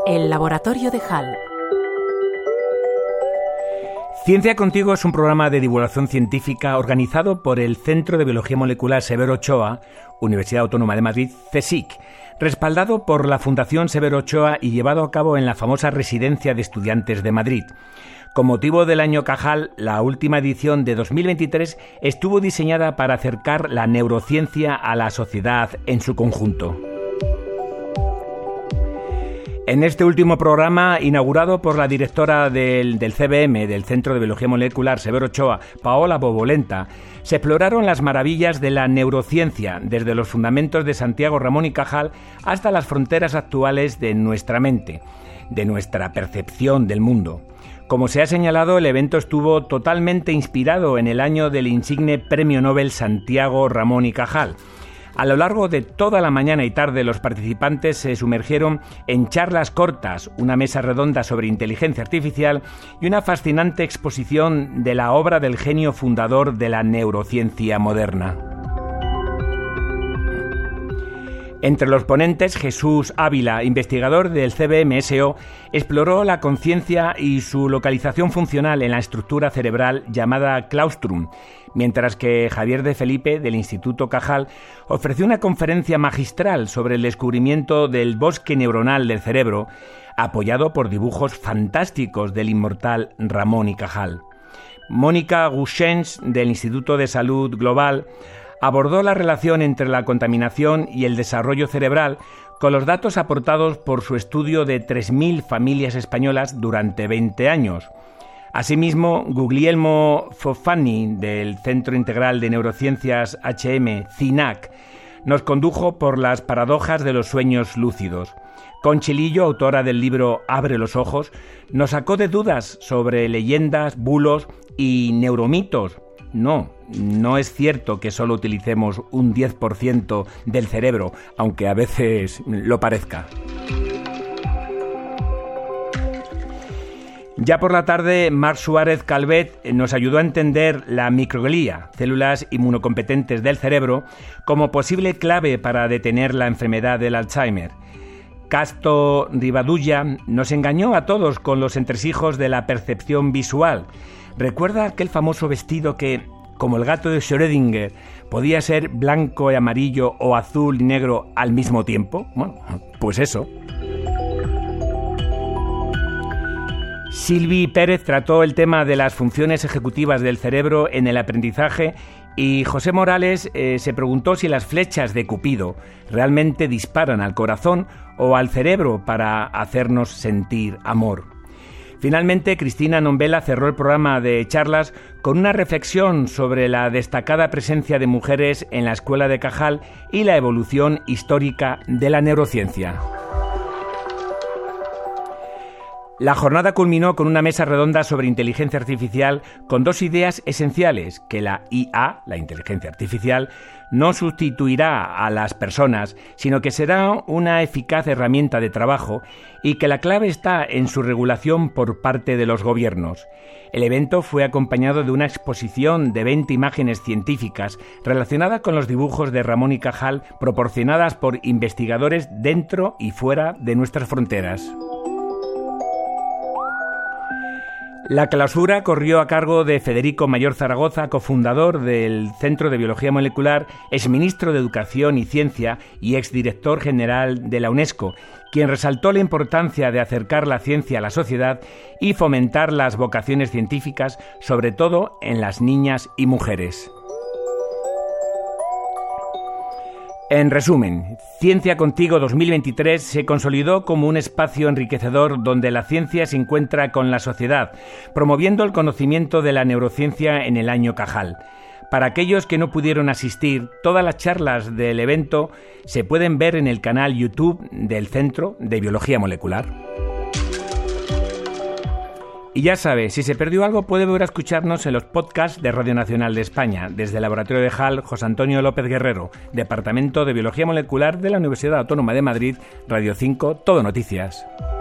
El laboratorio de Hall. Ciencia Contigo es un programa de divulgación científica organizado por el Centro de Biología Molecular Severo Ochoa, Universidad Autónoma de Madrid, CSIC, respaldado por la Fundación Severo Ochoa y llevado a cabo en la famosa Residencia de Estudiantes de Madrid. Con motivo del año Cajal, la última edición de 2023 estuvo diseñada para acercar la neurociencia a la sociedad en su conjunto. En este último programa, inaugurado por la directora del CBM, del Centro de Biología Molecular Severo Ochoa, Paola Bobolenta, se exploraron las maravillas de la neurociencia, desde los fundamentos de Santiago Ramón y Cajal hasta las fronteras actuales de nuestra mente, de nuestra percepción del mundo. Como se ha señalado, el evento estuvo totalmente inspirado en el año del insigne Premio Nobel Santiago Ramón y Cajal. A lo largo de toda la mañana y tarde, los participantes se sumergieron en charlas cortas, una mesa redonda sobre inteligencia artificial y una fascinante exposición de la obra del genio fundador de la neurociencia moderna. Entre los ponentes, Jesús Ávila, investigador del CBMSO, exploró la conciencia y su localización funcional en la estructura cerebral llamada claustrum, mientras que Javier de Felipe, del Instituto Cajal, ofreció una conferencia magistral sobre el descubrimiento del bosque neuronal del cerebro, apoyado por dibujos fantásticos del inmortal Ramón y Cajal. Mónica Guschens, del Instituto de Salud Global, abordó la relación entre la contaminación y el desarrollo cerebral con los datos aportados por su estudio de 3.000 familias españolas durante 20 años. Asimismo, Guglielmo Fofani, del Centro Integral de Neurociencias CINAC, nos condujo por las paradojas de los sueños lúcidos. Conchi Lillo, autora del libro Abre los ojos, nos sacó de dudas sobre leyendas, bulos y neuromitos. No es cierto que solo utilicemos un 10% del cerebro, aunque a veces lo parezca. Ya por la tarde, Marc Suárez Calvet nos ayudó a entender la microglía, células inmunocompetentes del cerebro, como posible clave para detener la enfermedad del Alzheimer. Casto Rivadulla nos engañó a todos con los entresijos de la percepción visual. ¿Recuerda aquel famoso vestido que, como el gato de Schrödinger, podía ser blanco y amarillo o azul y negro al mismo tiempo? Bueno, pues eso. Silvi Pérez trató el tema de las funciones ejecutivas del cerebro en el aprendizaje y José Morales se preguntó si las flechas de Cupido realmente disparan al corazón o al cerebro para hacernos sentir amor. Finalmente, Cristina Nombela cerró el programa de charlas con una reflexión sobre la destacada presencia de mujeres en la Escuela de Cajal y la evolución histórica de la neurociencia. La jornada culminó con una mesa redonda sobre inteligencia artificial con dos ideas esenciales: que la IA, la inteligencia artificial, no sustituirá a las personas, sino que será una eficaz herramienta de trabajo y que la clave está en su regulación por parte de los gobiernos. El evento fue acompañado de una exposición de 20 imágenes científicas relacionadas con los dibujos de Ramón y Cajal proporcionadas por investigadores dentro y fuera de nuestras fronteras. La clausura corrió a cargo de Federico Mayor Zaragoza, cofundador del Centro de Biología Molecular, exministro de Educación y Ciencia y exdirector general de la UNESCO, quien resaltó la importancia de acercar la ciencia a la sociedad y fomentar las vocaciones científicas, sobre todo en las niñas y mujeres. En resumen, Ciencia Contigo 2023 se consolidó como un espacio enriquecedor donde la ciencia se encuentra con la sociedad, promoviendo el conocimiento de la neurociencia en el año Cajal. Para aquellos que no pudieron asistir, todas las charlas del evento se pueden ver en el canal YouTube del Centro de Biología Molecular. Y ya sabe, si se perdió algo puede volver a escucharnos en los podcasts de Radio Nacional de España, desde el Laboratorio de Hall, José Antonio López Guerrero, Departamento de Biología Molecular de la Universidad Autónoma de Madrid, Radio 5, Todo Noticias.